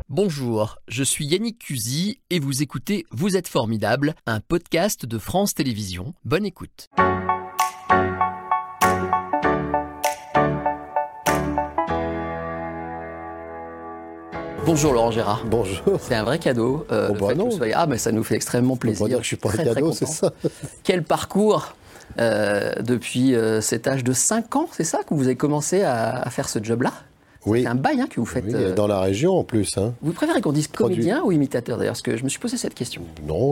Bonjour, je suis Yannick Cusy et vous écoutez Vous êtes formidable, un podcast de France Télévisions. Bonne écoute. Bonjour Laurent Gérard. Bonjour. C'est un vrai cadeau. Non. Mais ça nous fait extrêmement plaisir. On peut pas dire que je suis pas un cadeau, c'est ça. Quel parcours depuis cet âge de 5 ans, c'est ça que vous avez commencé à faire ce job-là? Oui. C'est un bail que vous faites. Oui, dans la région en plus. Vous préférez qu'on dise comédien ou imitateur d'ailleurs? Parce que je me suis posé cette question. Non,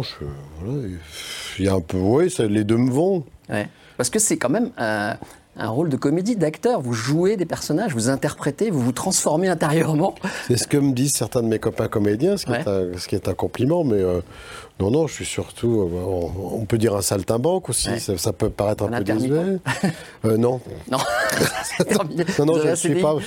il y a un peu, oui, les deux me vont. Ouais. Parce que c'est quand même un rôle de comédie, d'acteur. Vous jouez des personnages, vous interprétez, vous vous transformez intérieurement. C'est ce que me disent certains de mes copains comédiens, ce qui est un compliment, mais non, je suis surtout, on peut dire un saltimbanque aussi, ouais. Ça peut paraître un peu désuet. Non. Non. Non, je ne suis pas.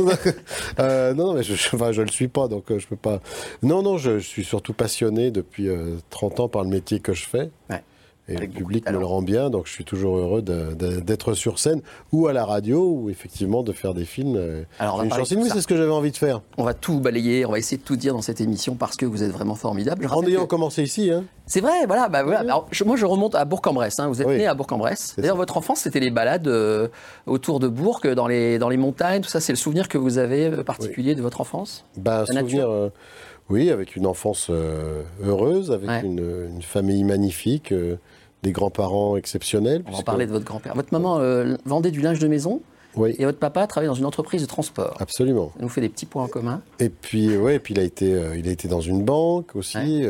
Non, mais je le suis pas, donc je peux pas. Non, je suis surtout passionné depuis 30 ans par le métier que je fais. Ouais. Et le public me le rend bien, donc je suis toujours heureux d'être sur scène ou à la radio ou effectivement de faire des films. Alors, c'est ce que j'avais envie de faire. On va tout balayer, on va essayer de tout dire dans cette émission parce que vous êtes vraiment formidable. En ayant commencé ici. Hein. C'est vrai, voilà. Alors, moi, je remonte à Bourg-en-Bresse. Vous êtes né à Bourg-en-Bresse. D'ailleurs, votre enfance, c'était les balades autour de Bourg, dans les montagnes, tout ça. C'est le souvenir que vous avez particulier de votre enfance? Souvenir. Oui, avec une enfance heureuse, avec une famille magnifique. Des grands-parents exceptionnels. On va en parler de votre grand-père. Votre maman vendait du linge de maison et votre papa travaillait dans une entreprise de transport. Absolument. Ça nous fait des petits points en commun. Et puis, il a été dans une banque aussi,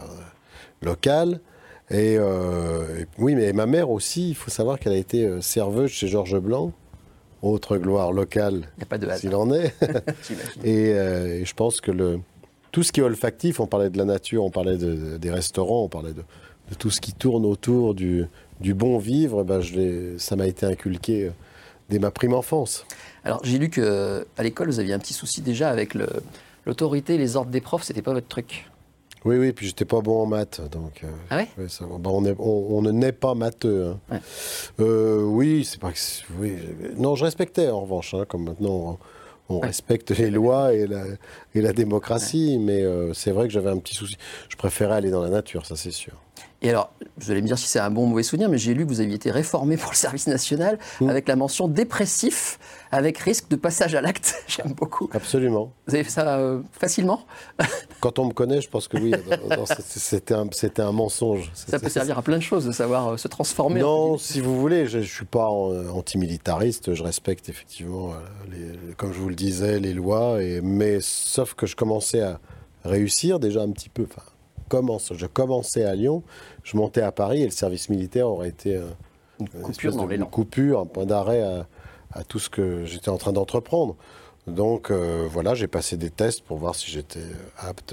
locale. Et oui, mais ma mère aussi, il faut savoir qu'elle a été serveuse chez Georges Blanc, autre gloire locale, il n'y a pas de hasard. S'il en est. Et je pense que tout ce qui est olfactif, on parlait de la nature, on parlait des restaurants, on parlait de tout ce qui tourne autour du bon vivre, ça m'a été inculqué dès ma prime enfance. Alors, j'ai lu qu'à l'école, vous aviez un petit souci déjà avec l'autorité, les ordres des profs, c'était pas votre truc. Oui, puis j'étais pas bon en maths, donc... Ah ouais, on ne naît pas matheux. Hein. Ouais. Oui, c'est pas que... Oui, non, je respectais en revanche, comme maintenant... On respecte les lois et la démocratie, mais c'est vrai que j'avais un petit souci. Je préférais aller dans la nature, ça c'est sûr. Et alors, vous allez me dire si c'est un bon ou mauvais souvenir, mais j'ai lu que vous aviez été réformé pour le service national avec la mention dépressif, avec risque de passage à l'acte. J'aime beaucoup. Absolument. Vous avez fait ça facilement? Quand on me connaît, je pense que oui. C'était un mensonge. Ça peut servir à plein de choses, de savoir se transformer. Non, si vous voulez, je ne suis pas antimilitariste. Je respecte effectivement, comme je vous le disais, les lois. Mais sauf que je commençais à réussir déjà un petit peu. Je commençais à Lyon, je montais à Paris et le service militaire aurait été une coupure, un point d'arrêt à tout ce que j'étais en train d'entreprendre. Donc j'ai passé des tests pour voir si j'étais apte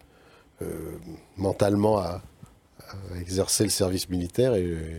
mentalement à exercer le service militaire.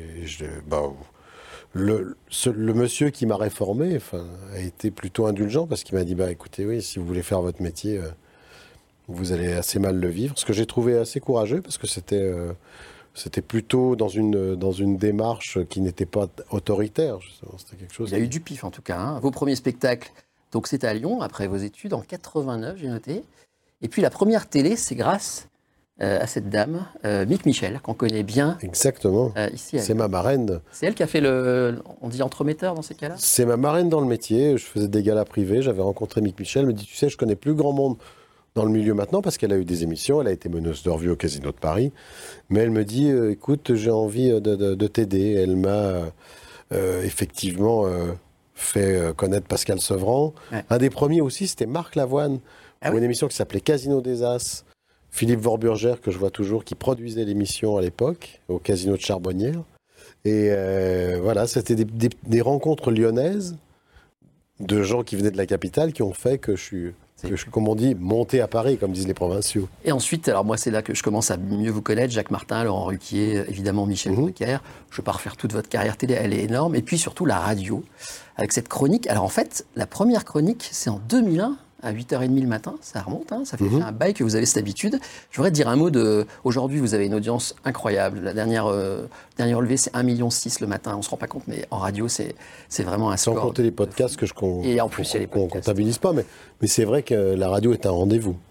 Le monsieur qui m'a réformé a été plutôt indulgent parce qu'il m'a dit écoutez, oui, si vous voulez faire votre métier... vous allez assez mal le vivre, ce que j'ai trouvé assez courageux, parce que c'était plutôt dans une démarche qui n'était pas autoritaire. C'était quelque chose. Il y a eu du pif en tout cas. Vos premiers spectacles, donc c'était à Lyon, après vos études, en 89, j'ai noté. Et puis la première télé, c'est grâce à cette dame, Mick Michel, qu'on connaît bien. Exactement. Ici, c'est ma marraine. C'est elle qui a fait on dit entremetteur dans ces cas-là? C'est ma marraine dans le métier. Je faisais des galas privés. J'avais rencontré Mick Michel. Elle me dit, tu sais, je connais plus grand monde dans le milieu maintenant, parce qu'elle a eu des émissions, elle a été meneuse d'Orvue au Casino de Paris, mais elle me dit, écoute, j'ai envie de t'aider. Elle m'a effectivement fait connaître Pascal Sevran. Ouais. Un des premiers aussi, c'était Marc Lavoine, pour une émission qui s'appelait Casino des As. Philippe Vorburger, que je vois toujours, qui produisait l'émission à l'époque, au Casino de Charbonnières. Et c'était des rencontres lyonnaises, de gens qui venaient de la capitale, qui ont fait que comme on dit, monter à Paris, comme disent les provinciaux. Et ensuite, alors moi, c'est là que je commence à mieux vous connaître. Jacques Martin, Laurent Ruquier, évidemment Michel Drucker. Je ne vais pas refaire toute votre carrière télé, elle est énorme. Et puis surtout la radio, avec cette chronique. Alors en fait, la première chronique, c'est en 2001, à 8h30 le matin. Ça remonte, ça fait un bail que vous avez cette habitude. Je voudrais dire un mot de... Aujourd'hui, vous avez une audience incroyable. La dernière relevée, c'est 1,6 million le matin. On ne se rend pas compte, mais en radio, c'est vraiment un score. Sans compter les podcasts et en plus, il y a les podcasts. Qu'on ne comptabilise pas. Mais c'est vrai que la radio est un rendez-vous. Ouais.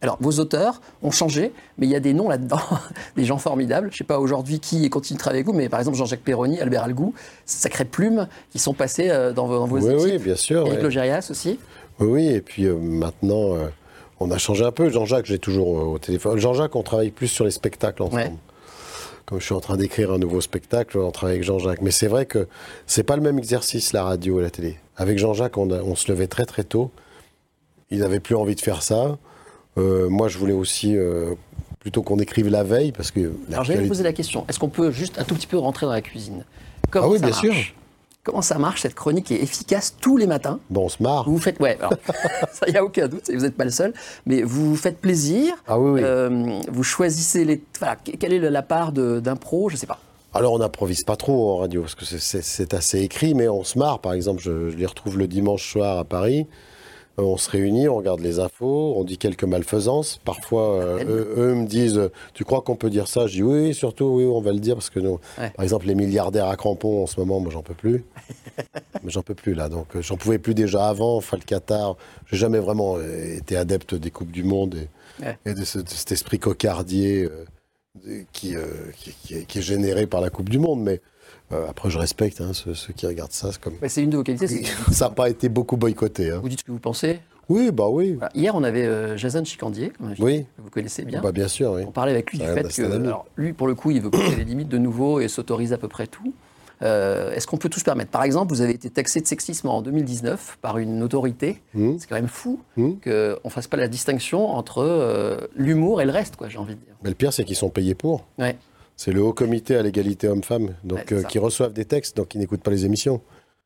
Alors, vos auteurs ont changé, mais il y a des noms là-dedans, des gens formidables. Je ne sais pas aujourd'hui qui continue de travailler avec vous, mais par exemple Jean-Jacques Perroni, Albert Algou, sacrées plumes qui sont passées dans vos équipes. Oui, bien sûr. Éric Logérias aussi. Oui, et puis maintenant, on a changé un peu. Jean-Jacques, j'ai toujours au téléphone. Jean-Jacques, on travaille plus sur les spectacles ensemble. Ouais. Comme je suis en train d'écrire un nouveau spectacle, on travaille avec Jean-Jacques. Mais c'est vrai que c'est pas le même exercice, la radio et la télé. Avec Jean-Jacques, on se levait très très tôt. Il n'avait plus envie de faire ça. Moi, je voulais aussi plutôt qu'on écrive la veille, parce que... Alors, j'allais vous poser la question. Est-ce qu'on peut juste un tout petit peu rentrer dans la cuisine ? Comment oui, ça bien marche ? sûr. Comment ça marche, cette chronique qui est efficace tous les matins ? Bon, on se marre. Vous faites, ouais, alors, ça, il n'y a aucun doute, vous n'êtes pas le seul, mais vous vous faites plaisir. Ah oui, oui. Vous choisissez les... Voilà, quelle est la part d'impro ? Je ne sais pas. Alors, on n'improvise pas trop en radio, parce que c'est assez écrit, mais on se marre. Par exemple, je les retrouve le dimanche soir à Paris. On se réunit, on regarde les infos, on dit quelques malfaisances. Parfois, eux me disent « Tu crois qu'on peut dire ça ?» Je dis « Oui, surtout, oui, on va le dire. » Parce que nous, par exemple, les milliardaires à crampons, en ce moment, moi, j'en peux plus. Mais j'en peux plus, là. Donc, j'en pouvais plus déjà avant. Enfin, le Qatar, j'ai jamais vraiment été adepte des Coupes du Monde et de cet esprit cocardier qui est généré par la Coupe du Monde. Mais après, je respecte ceux qui regardent ça. C'est une de vos qualités. Ça n'a pas été beaucoup boycotté. Vous dites ce que vous pensez ? Oui, bah oui. Voilà. Hier, on avait Jason Chicandier, que vous connaissez bien. Bah, bien sûr, oui. On parlait avec lui du fait que, alors, lui, pour le coup, il veut pousser les limites de nouveau et s'autorise à peu près tout. Est-ce qu'on peut tout se permettre ? Par exemple, vous avez été taxé de sexisme en 2019 par une autorité. C'est quand même fou qu'on ne fasse pas la distinction entre l'humour et le reste, quoi, j'ai envie de dire. Mais le pire, c'est qu'ils sont payés pour. Ouais. C'est le Haut Comité à l'égalité homme-femme, donc qui reçoivent des textes, donc qui n'écoutent pas les émissions.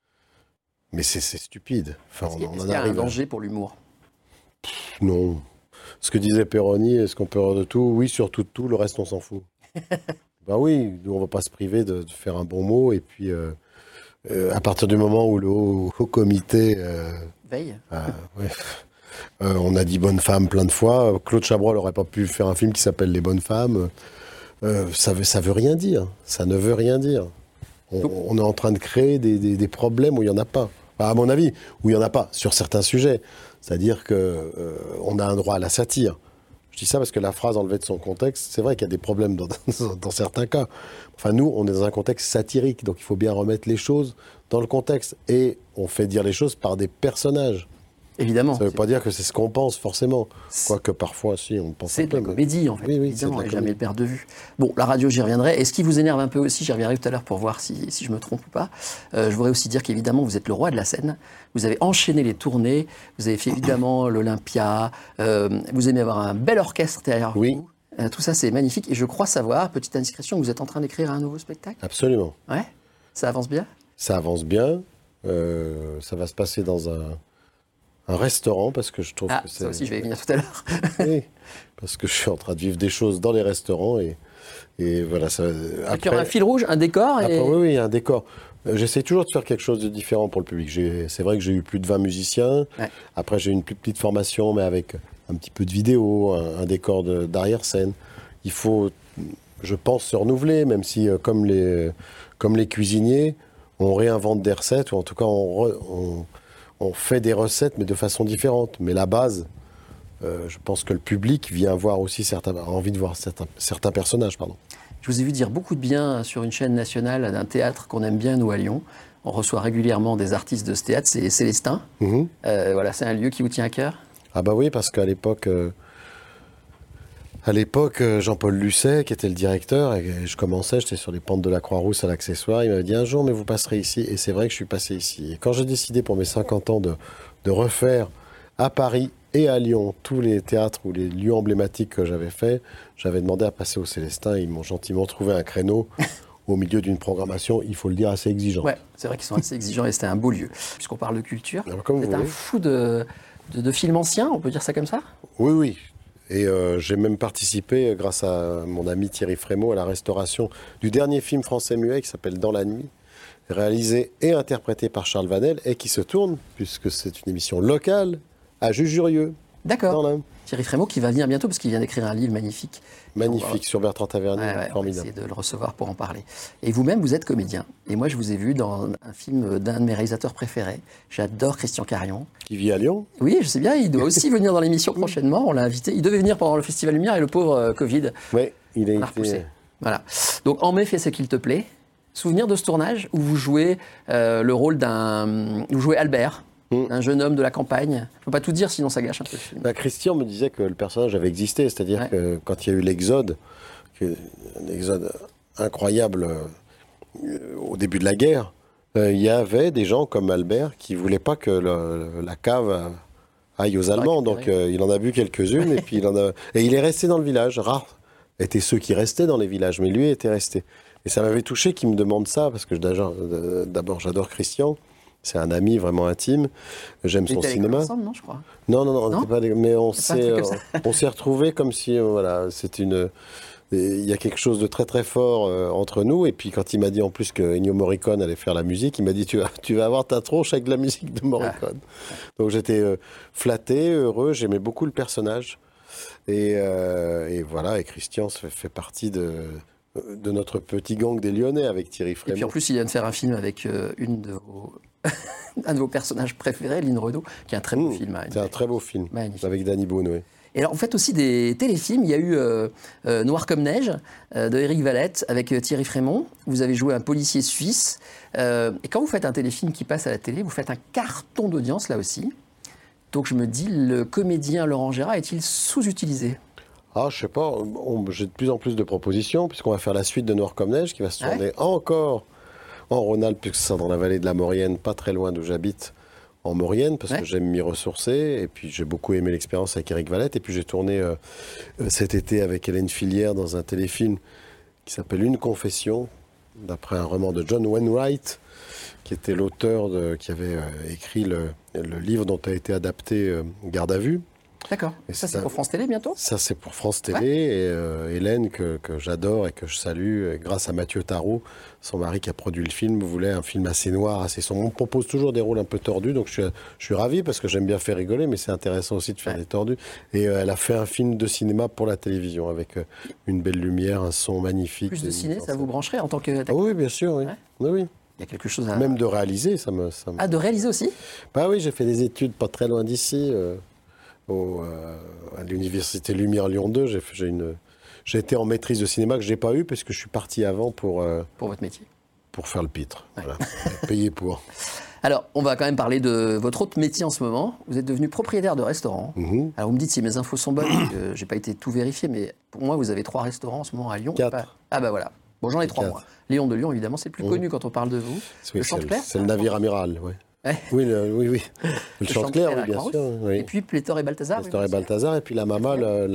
Mais c'est stupide. Enfin, est-ce qu'il y a un danger pour l'humour ? Non. Ce que disait Perroni, est-ce qu'on peut avoir de tout ? Oui, surtout de tout, le reste, on s'en fout. Ben oui, nous, on ne va pas se priver de faire un bon mot, et puis à partir du moment où le Haut Comité... veille. On a dit bonne femme plein de fois. Claude Chabrol n'aurait pas pu faire un film qui s'appelle Les Bonnes Femmes. Ça veut rien dire. Ça ne veut rien dire. On est en train de créer des problèmes où il n'y en a pas. Enfin, à mon avis, où il n'y en a pas sur certains sujets. C'est-à-dire qu'on a un droit à la satire. Je dis ça parce que la phrase enlevée de son contexte, c'est vrai qu'il y a des problèmes dans certains cas. Enfin, nous, on est dans un contexte satirique, donc il faut bien remettre les choses dans le contexte. Et on fait dire les choses par des personnages. Évidemment. Ça ne veut pas dire que c'est ce qu'on pense, forcément. Quoique parfois, si, on pense un peu. C'est de la comédie, en fait. Oui, évidemment, et jamais le perdre de vue. Bon, la radio, j'y reviendrai. Et ce qui vous énerve un peu aussi, j'y reviendrai tout à l'heure pour voir si je me trompe ou pas. Je voudrais aussi dire qu'évidemment, vous êtes le roi de la scène. Vous avez enchaîné les tournées. Vous avez fait évidemment l'Olympia. Vous aimez avoir un bel orchestre derrière vous. Tout ça, c'est magnifique. Et je crois savoir, petite indiscrétion, que vous êtes en train d'écrire un nouveau spectacle. Absolument. Ouais. Ça avance bien ? Ça avance bien. Ça va se passer dans un restaurant, parce que je trouve que c'est... ça aussi, je vais y venir tout à l'heure. Oui, parce que je suis en train de vivre des choses dans les restaurants, et voilà. Ça, après, il y aura un fil rouge, un décor Oui, un décor. J'essaie toujours de faire quelque chose de différent pour le public. C'est vrai que j'ai eu plus de 20 musiciens. Ouais. Après, j'ai eu une plus petite formation, mais avec un petit peu de vidéo, un décor d'arrière-scène. Il faut, je pense, se renouveler, même si, comme les cuisiniers, on réinvente des recettes, ou en tout cas, on fait des recettes, mais de façon différente. Mais la base, je pense que le public vient voir aussi a envie de voir certains personnages. Pardon. Je vous ai vu dire beaucoup de bien sur une chaîne nationale d'un théâtre qu'on aime bien, nous, à Lyon. On reçoit régulièrement des artistes de ce théâtre, c'est Célestin. Voilà, c'est un lieu qui vous tient à cœur ? Ah bah oui, parce qu'à l'époque... Jean-Paul Lucet, qui était le directeur, et je commençais, j'étais sur les pentes de la Croix-Rousse à l'Accessoire, il m'avait dit un jour, mais vous passerez ici. Et c'est vrai que je suis passé ici. Et quand j'ai décidé pour mes 50 ans de refaire à Paris et à Lyon tous les théâtres ou les lieux emblématiques que j'avais faits, j'avais demandé à passer au Célestin. Ils m'ont gentiment trouvé un créneau au milieu d'une programmation, il faut le dire, assez exigeante. Ouais, c'est vrai qu'ils sont assez exigeants et c'était un beau lieu. Puisqu'on parle de culture, c'est un fou de films anciens, on peut dire ça comme ça ? Oui, oui. Et j'ai même participé, grâce à mon ami Thierry Frémaux, à la restauration du dernier film français muet qui s'appelle Dans la nuit, réalisé et interprété par Charles Vanel, et qui se tourne, puisque c'est une émission locale, à Jujurieux. D'accord. Dans l'Ain. Thierry Frémaux qui va venir bientôt parce qu'il vient d'écrire un livre magnifique. Magnifique, sur Bertrand Tavernier, On va formidable. essayer de le recevoir pour en parler. Et vous-même, vous êtes comédien. Et moi, je vous ai vu dans un film d'un de mes réalisateurs préférés. J'adore Christian Carion. Qui vit à Lyon. Oui, je sais bien, il doit aussi venir dans l'émission prochainement. On l'a invité. Il devait venir pendant le Festival Lumière et le pauvre Covid. Oui, il a On l'a été... repoussé. Voilà. Donc, En mai, fais ce qu'il te plaît. Souvenir de ce tournage où vous jouez le rôle d'un... Vous jouez Albert, un jeune homme de la campagne. Je ne peux pas tout dire, sinon ça gâche un peu le film. Bah, Christian me disait que le personnage avait existé, c'est-à-dire que quand il y a eu l'exode, un exode incroyable au début de la guerre, il y avait des gens comme Albert qui ne voulaient pas que la cave aille aux Allemands, donc il en a bu quelques-unes et puis il est resté dans le village. Rares étaient ceux qui restaient dans les villages, mais lui était resté. Et ça m'avait touché qu'il me demande ça, parce que d'abord j'adore Christian. C'est un ami vraiment intime. J'aime son cinéma. Ensemble, non, je crois. Non, on n'était pas mais on s'est retrouvés comme si voilà, il y a quelque chose de très très fort entre nous. Et puis quand il m'a dit en plus que Ennio Morricone allait faire la musique, il m'a dit tu vas avoir ta tronche avec de la musique de Morricone. Donc j'étais flatté, heureux. J'aimais beaucoup le personnage. Et voilà. Et Christian fait partie de notre petit gang des Lyonnais avec Thierry Frémaux. Et puis en plus, il vient de faire un film avec un de vos personnages préférés, Lynn Renaud, qui est un très beau film. C'est un très beau film, magnifique. Avec Danny Boone, oui. Et alors, vous faites aussi des téléfilms. Il y a eu Noir comme neige de Éric Valette avec Thierry Frémaux. Vous avez joué un policier suisse. Et quand vous faites un téléfilm qui passe à la télé, vous faites un carton d'audience là aussi. Donc je me dis, le comédien Laurent Gérard est-il sous-utilisé ? Ah, je sais pas, j'ai de plus en plus de propositions, puisqu'on va faire la suite de Noir comme neige, qui va se tourner encore en Rhône-Alpes, puisque c'est dans la vallée de la Maurienne, pas très loin d'où j'habite, en Maurienne, parce que j'aime m'y ressourcer, et puis j'ai beaucoup aimé l'expérience avec Éric Valette, et puis j'ai tourné cet été avec Hélène Filière dans un téléfilm qui s'appelle Une confession, d'après un roman de John Wainwright, qui était l'auteur qui avait écrit le livre dont a été adapté Garde à vue. D'accord. Et ça, c'est pour France Télé bientôt ? Ça, c'est pour France Télé. Et Hélène, que j'adore et que je salue, grâce à Mathieu Tarot, son mari qui a produit le film, voulait un film assez noir, assez sombre. On me propose toujours des rôles un peu tordus, donc je suis ravi parce que j'aime bien faire rigoler, mais c'est intéressant aussi de faire des tordus. Et elle a fait un film de cinéma pour la télévision, avec une belle lumière, un son magnifique. Plus de ciné, ça vous brancherait en tant que... Ah oui, bien sûr, oui. Oui. Il y a quelque chose à... Même de réaliser, ça me... Ah, de réaliser aussi ? Bah oui, j'ai fait des études pas très loin d'ici, à l'université Lumière Lyon 2. J'ai été en maîtrise de cinéma que je n'ai pas eu parce que je suis parti avant pour votre métier. Pour faire le pitre. Voilà. Payé pour. Alors, on va quand même parler de votre autre métier en ce moment. Vous êtes devenu propriétaire de restaurant. Alors, vous me dites si mes infos sont bonnes, je n'ai pas été tout vérifié, mais pour moi, vous avez 3 restaurants en ce moment à Lyon. 4. Ah bah voilà. Bon, j'en ai 3 moi. Léon de Lyon, évidemment, c'est le plus connu quand on parle de vous. Oui, le Chantecler. C'est le navire amiral, oui. Oui. Le Chantecler, oui, bien sûr. Oui. Et puis Pléthore et Balthazar. Pléthore et Balthazar, et puis la Mama,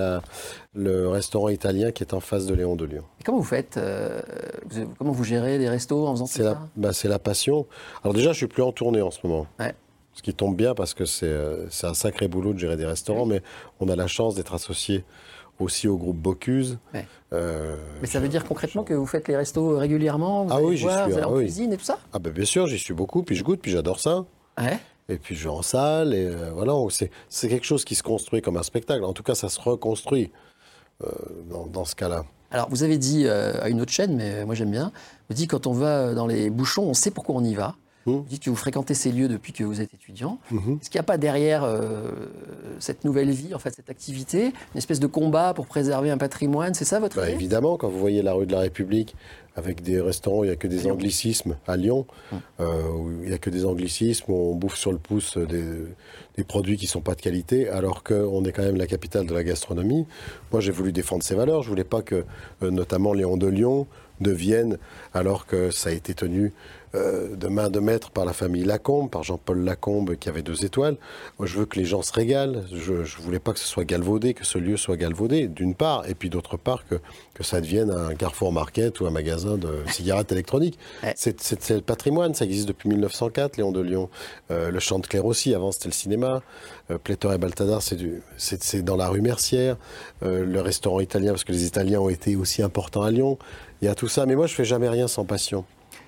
le restaurant italien qui est en face de Léon de Lyon. Et comment vous faites comment vous gérez des restos en faisant tout ça ? C'est la passion. Alors déjà, je suis plus en tournée en ce moment. Ouais. Ce qui tombe bien parce que c'est un sacré boulot de gérer des restaurants, mais on a la chance d'être associé aussi au groupe Bocuse. Ouais. Mais ça veut dire concrètement que vous faites les restos régulièrement, vous allez voir, vous allez en cuisine et tout ça ? Ah ben bien sûr, j'y suis beaucoup, puis je goûte, puis j'adore ça. Ouais. Et puis je vais en salle, et voilà, c'est quelque chose qui se construit comme un spectacle. En tout cas, ça se reconstruit dans ce cas-là. Alors, vous avez dit à une autre chaîne, mais moi j'aime bien, vous dites quand on va dans les bouchons, on sait pourquoi on y va. Vous dites que vous fréquentez ces lieux depuis que vous êtes étudiant. Est-ce qu'il n'y a pas derrière cette nouvelle vie, en fait, cette activité, une espèce de combat pour préserver un patrimoine ? C'est ça votre idée ? Évidemment, quand vous voyez la rue de la République, avec des restaurants où il n'y a que des anglicismes, à Lyon, où il n'y a que des anglicismes, où on bouffe sur le pouce des produits qui ne sont pas de qualité, alors qu'on est quand même la capitale de la gastronomie. Moi, j'ai voulu défendre ces valeurs. Je ne voulais pas que, notamment Léon de Lyon, devienne, alors que ça a été tenu de main de maître par la famille Lacombe, par Jean-Paul Lacombe qui avait 2 étoiles. Moi, je veux que les gens se régalent. Je ne voulais pas que ce soit galvaudé, que ce lieu soit galvaudé, d'une part, et puis d'autre part que ça devienne un Carrefour Market ou un magasin de cigarettes électroniques. C'est le patrimoine, ça existe depuis 1904, Léon de Lyon. Le Chantecler aussi, avant c'était le cinéma. Pléthore et Balthazar, c'est dans la rue Mercière. Le restaurant italien, parce que les Italiens ont été aussi importants à Lyon. Il y a tout ça, mais moi je fais jamais rien sans passion.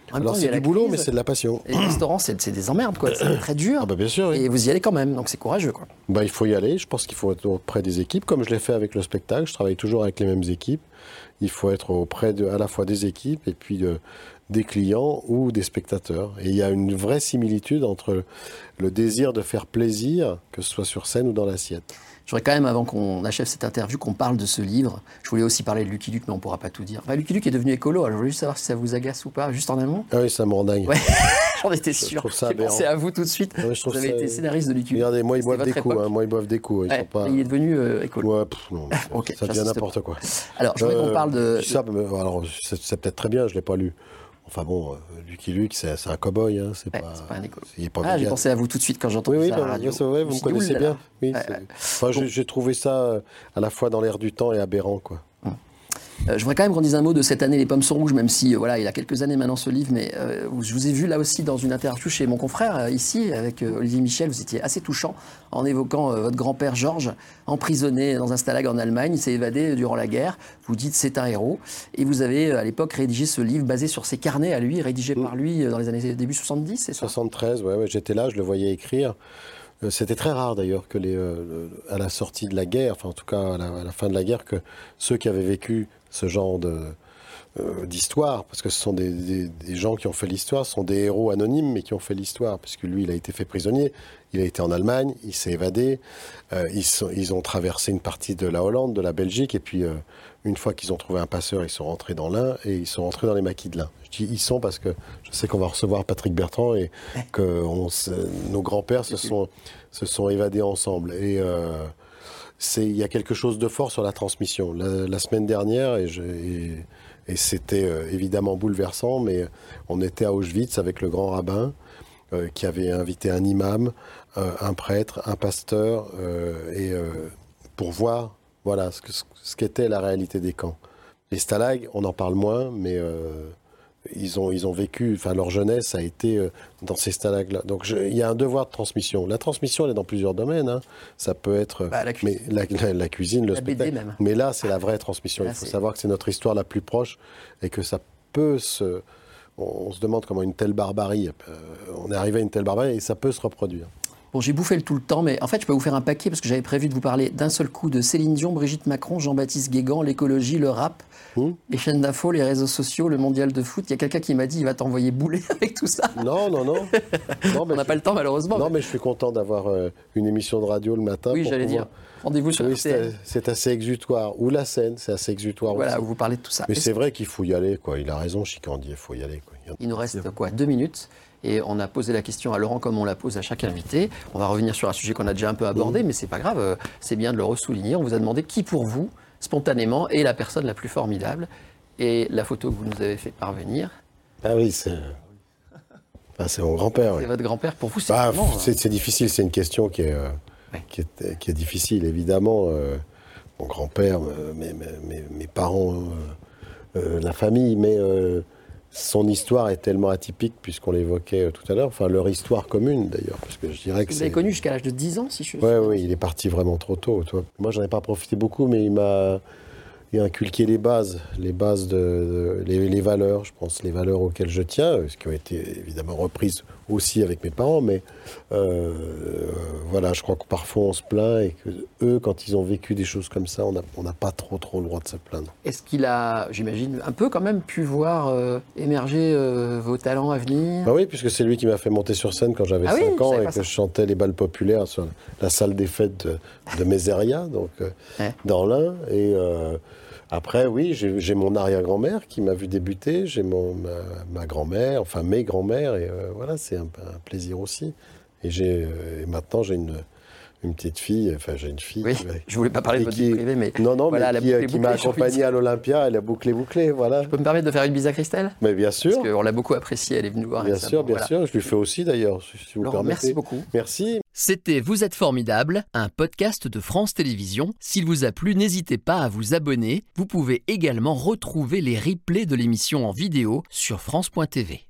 En même temps, Alors il y a c'est la du boulot, crise. mais c'est de la passion. Et les restaurants, c'est des emmerdes, quoi. C'est très dur. Ah bah bien sûr, oui. Et vous y allez quand même, donc c'est courageux, quoi. Bah, il faut y aller, je pense qu'il faut être auprès des équipes, comme je l'ai fait avec le spectacle, je travaille toujours avec les mêmes équipes. Il faut être auprès à la fois des équipes et puis des clients ou des spectateurs. Et il y a une vraie similitude entre le désir de faire plaisir, que ce soit sur scène ou dans l'assiette. Je voudrais quand même, avant qu'on achève cette interview, qu'on parle de ce livre. Je voulais aussi parler de Lucky Luke, mais on ne pourra pas tout dire. Enfin, Lucky Luke est devenu écolo, alors je voulais juste savoir si ça vous agace ou pas, juste en amont. Ah oui, ça me rend dingue. Ouais, j'en étais sûr. trouve ça J'ai pensé aberrant. à vous tout de suite. Ouais, je trouve Vous avez ça- été scénariste de Lucky Luke. Regardez, moi ils C'était boivent des votre coups, époque. moi ils boivent des coups, ils Ouais, sont pas... il est devenu écolo. Ouais, non, Ok, ça devient j'insiste n'importe quoi. Alors, je voudrais qu'on parle de... Ça, alors, c'est peut-être très bien, je ne l'ai pas lu. Enfin bon, Lucky Luke, c'est un cow-boy, hein, c'est Ouais, pas... c'est pas un écolo. Il est pas Ah, j'ai vegan. pensé à vous tout de suite quand j'ai entendu Oui, ça à la radio. c'est vrai, Je vous me me suis dit, connaissez oulala. bien. Oui, Ouais, enfin, j'ai trouvé ça à la fois dans l'air du temps et aberrant, quoi. Je voudrais quand même qu'on dise un mot de cette année Les Pommes sont rouges, même si voilà, il a quelques années maintenant ce livre, mais je vous ai vu là aussi dans une interview chez mon confrère ici avec Olivier Michel, vous étiez assez touchant en évoquant votre grand-père Georges, emprisonné dans un stalag en Allemagne, il s'est évadé durant la guerre, vous dites c'est un héros, et vous avez à l'époque rédigé ce livre basé sur ses carnets à lui, rédigé par lui dans les années début 70, c'est ça? 73, ouais, j'étais là, je le voyais écrire. C'était très rare d'ailleurs que à la sortie de la guerre, enfin en tout cas à la fin de la guerre, que ceux qui avaient vécu ce genre d'histoire, parce que ce sont des gens qui ont fait l'histoire, ce sont des héros anonymes mais qui ont fait l'histoire, puisque lui il a été fait prisonnier, il a été en Allemagne, il s'est évadé, ils ont traversé une partie de la Hollande, de la Belgique, et puis une fois qu'ils ont trouvé un passeur, ils sont rentrés dans l'Ain et ils sont rentrés dans les maquis de l'Ain. Je dis ils sont parce que je sais qu'on va recevoir Patrick Bertrand et que nos grands-pères se sont évadés ensemble. Et il y a quelque chose de fort sur la transmission. La semaine dernière, et c'était évidemment bouleversant, mais on était à Auschwitz avec le grand rabbin qui avait invité un imam, un prêtre, un pasteur, pour voir voilà, ce qu'était la réalité des camps. Les stalags, on en parle moins, mais ils ont vécu, enfin leur jeunesse a été dans ces stalags-là. Donc il y a un devoir de transmission. La transmission, elle est dans plusieurs domaines. Hein. Ça peut être la cuisine, la cuisine, le spectacle. BD même. Mais là, c'est la vraie transmission. Là, il faut savoir que c'est notre histoire la plus proche et que ça peut se... On se demande comment une telle barbarie, on est arrivé à une telle barbarie et ça peut se reproduire. Bon, j'ai bouffé tout le temps, mais en fait, je peux vous faire un paquet parce que j'avais prévu de vous parler d'un seul coup de Céline Dion, Brigitte Macron, Jean-Baptiste Guégan, l'écologie, le rap, les chaînes d'infos, les réseaux sociaux, le mondial de foot. Il y a quelqu'un qui m'a dit il va t'envoyer bouler avec tout ça. Non. On n'a pas le temps, malheureusement. Non, mais je suis content d'avoir une émission de radio le matin. Oui, j'allais dire. Rendez-vous sur RTL. C'est assez exutoire. Ou la scène, c'est assez exutoire voilà, aussi. où vous parlez de tout ça. Mais c'est vrai qu'il faut y aller, quoi. Il a raison, Chicandi, il faut y aller, quoi. Il nous reste quoi, 2 minutes. Et on a posé la question à Laurent comme on la pose à chaque invité. On va revenir sur un sujet qu'on a déjà un peu abordé, mais c'est pas grave, c'est bien de le ressouligner. On vous a demandé qui pour vous, spontanément, est la personne la plus formidable. Et la photo que vous nous avez fait parvenir... Ah oui, c'est mon grand-père. C'est oui. votre grand-père, pour vous, c'est Bah, vraiment... c'est difficile, c'est une question qui est difficile, évidemment. Mon grand-père, mes parents, la famille, mais son histoire est tellement atypique, puisqu'on l'évoquait tout à l'heure, enfin leur histoire commune d'ailleurs, parce que je dirais que Vous l'avez connu jusqu'à l'âge de 10 ans, si je suis Oui, il est parti vraiment trop tôt. Toi. Moi, j'en ai pas profité beaucoup, mais il a inculqué les bases les valeurs, je pense, les valeurs auxquelles je tiens, ce qui ont été évidemment reprises aussi avec mes parents, mais voilà, je crois que parfois on se plaint et que eux, quand ils ont vécu des choses comme ça, on n'a pas trop le droit de se plaindre. Est-ce qu'il a, j'imagine, un peu quand même pu voir émerger vos talents à venir? Bah oui, puisque c'est lui qui m'a fait monter sur scène quand j'avais 5 ans et que je chantais les bals populaires sur la salle des fêtes de Mézeria, donc dans l'Ain. Et après, oui, j'ai mon arrière-grand-mère qui m'a vu débuter, j'ai ma grand-mère, enfin mes grands-mères, et voilà, c'est un plaisir aussi. Et maintenant, j'ai une petite fille, enfin j'ai une fille. Oui, je voulais pas parler de votre vie privée, mais voilà, mais qui m'a accompagné à l'Olympia, elle a bouclé, voilà. Je peux me permettre de faire une bise à Christelle? Mais bien sûr. Parce qu'on l'a beaucoup appréciée, elle est venue nous voir. Bien sûr, je lui fais aussi d'ailleurs, si vous Laurent, permettez. merci beaucoup. Merci. C'était Vous êtes formidable, un podcast de France Télévisions. S'il vous a plu, n'hésitez pas à vous abonner. Vous pouvez également retrouver les replays de l'émission en vidéo sur France.tv.